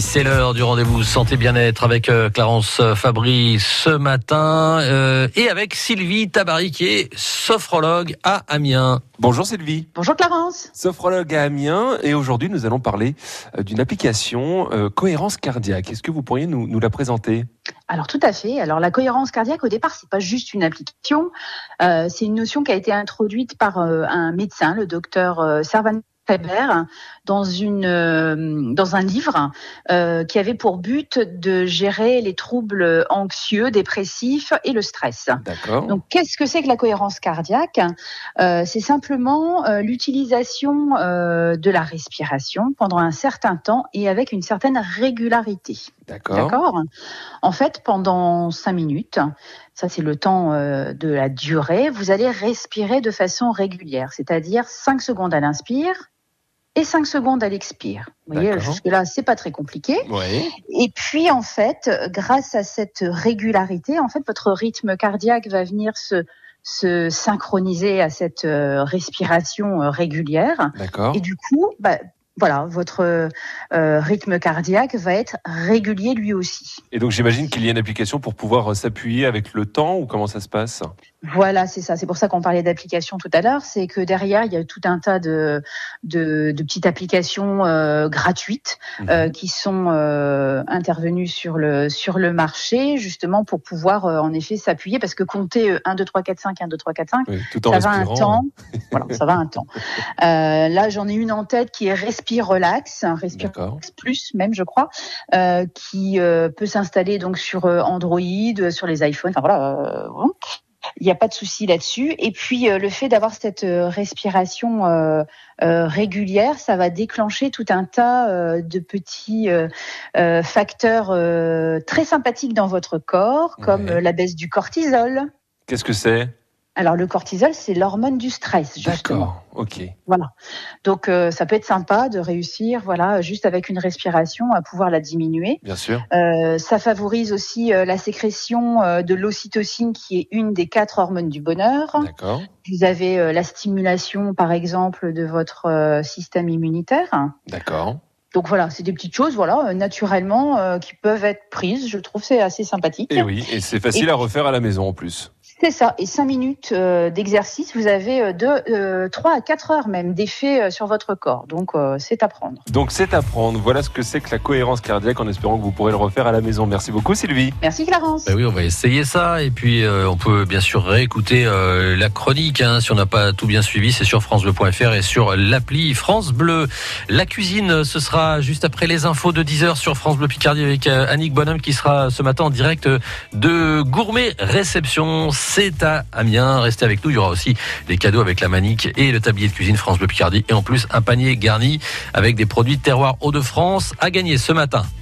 midi, c'est l'heure du rendez-vous santé bien-être avec Clarence Fabry ce matin et avec Sylvie Tabary qui est sophrologue à Amiens. Bonjour Sylvie. Bonjour Clarence. Sophrologue à Amiens, et aujourd'hui nous allons parler d'une application cohérence cardiaque. Est-ce que vous pourriez nous la présenter ? Alors tout à fait. Alors la cohérence cardiaque au départ c'est pas juste une application, c'est une notion qui a été introduite par un médecin, le docteur Servan Weber, dans un livre qui avait pour but de gérer les troubles anxieux, dépressifs et le stress. D'accord. Donc qu'est-ce que c'est que la cohérence cardiaque ? C'est simplement l'utilisation de la respiration pendant un certain temps et avec une certaine régularité. D'accord. En fait, pendant 5 minutes, ça c'est le temps de la durée, vous allez respirer de façon régulière, c'est-à-dire 5 secondes à l'inspire et 5 secondes à l'expire. Vous voyez, jusque-là, c'est pas très compliqué. Oui. Et puis, en fait, grâce à cette régularité, en fait, votre rythme cardiaque va venir se synchroniser à cette respiration régulière. D'accord. Et du coup, voilà, votre rythme cardiaque va être régulier lui aussi. Et donc j'imagine qu'il y a une application pour pouvoir s'appuyer avec le temps, ou comment ça se passe ? Voilà, c'est ça. C'est pour ça qu'on parlait d'application tout à l'heure. C'est que derrière, il y a tout un tas de petites applications gratuites qui sont intervenues sur le marché, justement pour pouvoir en effet s'appuyer, parce que compter 1, 2, 3, 4, 5, 1, 2, 3, 4, 5, oui, tout en ça va respirant. un temps. Voilà, ça va un temps. Là, j'en ai une en tête qui est Respire Relax, Respire Relax Plus même, je crois, qui peut s'installer donc sur Android, sur les iPhones. Enfin voilà. Il n'y a pas de souci là-dessus. Et puis, le fait d'avoir cette respiration régulière, ça va déclencher tout un tas de petits facteurs très sympathiques dans votre corps, comme la baisse du cortisol. Qu'est-ce que c'est ? Alors, le cortisol, c'est l'hormone du stress, justement. D'accord, ok. Voilà. Donc, ça peut être sympa de réussir, voilà, juste avec une respiration, à pouvoir la diminuer. Bien sûr. Ça favorise aussi la sécrétion de l'ocytocine, qui est une des 4 hormones du bonheur. D'accord. Vous avez la stimulation, par exemple, de votre système immunitaire. D'accord. Donc voilà, c'est des petites choses, voilà, naturellement, qui peuvent être prises. Je trouve c'est assez sympathique. Et oui, et c'est facile à refaire à la maison en plus. C'est ça. Et 5 minutes d'exercice, vous avez 3 à 4 heures même d'effet sur votre corps. Donc, c'est à prendre. Donc, c'est à prendre. Voilà ce que c'est que la cohérence cardiaque, en espérant que vous pourrez le refaire à la maison. Merci beaucoup, Sylvie. Merci, Clarence. Oui, on va essayer ça. Et puis, on peut bien sûr réécouter la chronique. Si on n'a pas tout bien suivi, c'est sur francebleu.fr et sur l'appli France Bleu. La cuisine, ce sera juste après les infos de 10h sur France Bleu Picardie avec Annick Bonhomme qui sera ce matin en direct de Gourmet Réception. C'est à Amiens. Restez avec nous. Il y aura aussi des cadeaux avec la manique et le tablier de cuisine France Bleu Picardie. Et en plus, un panier garni avec des produits de terroir Hauts-de-France à gagner ce matin.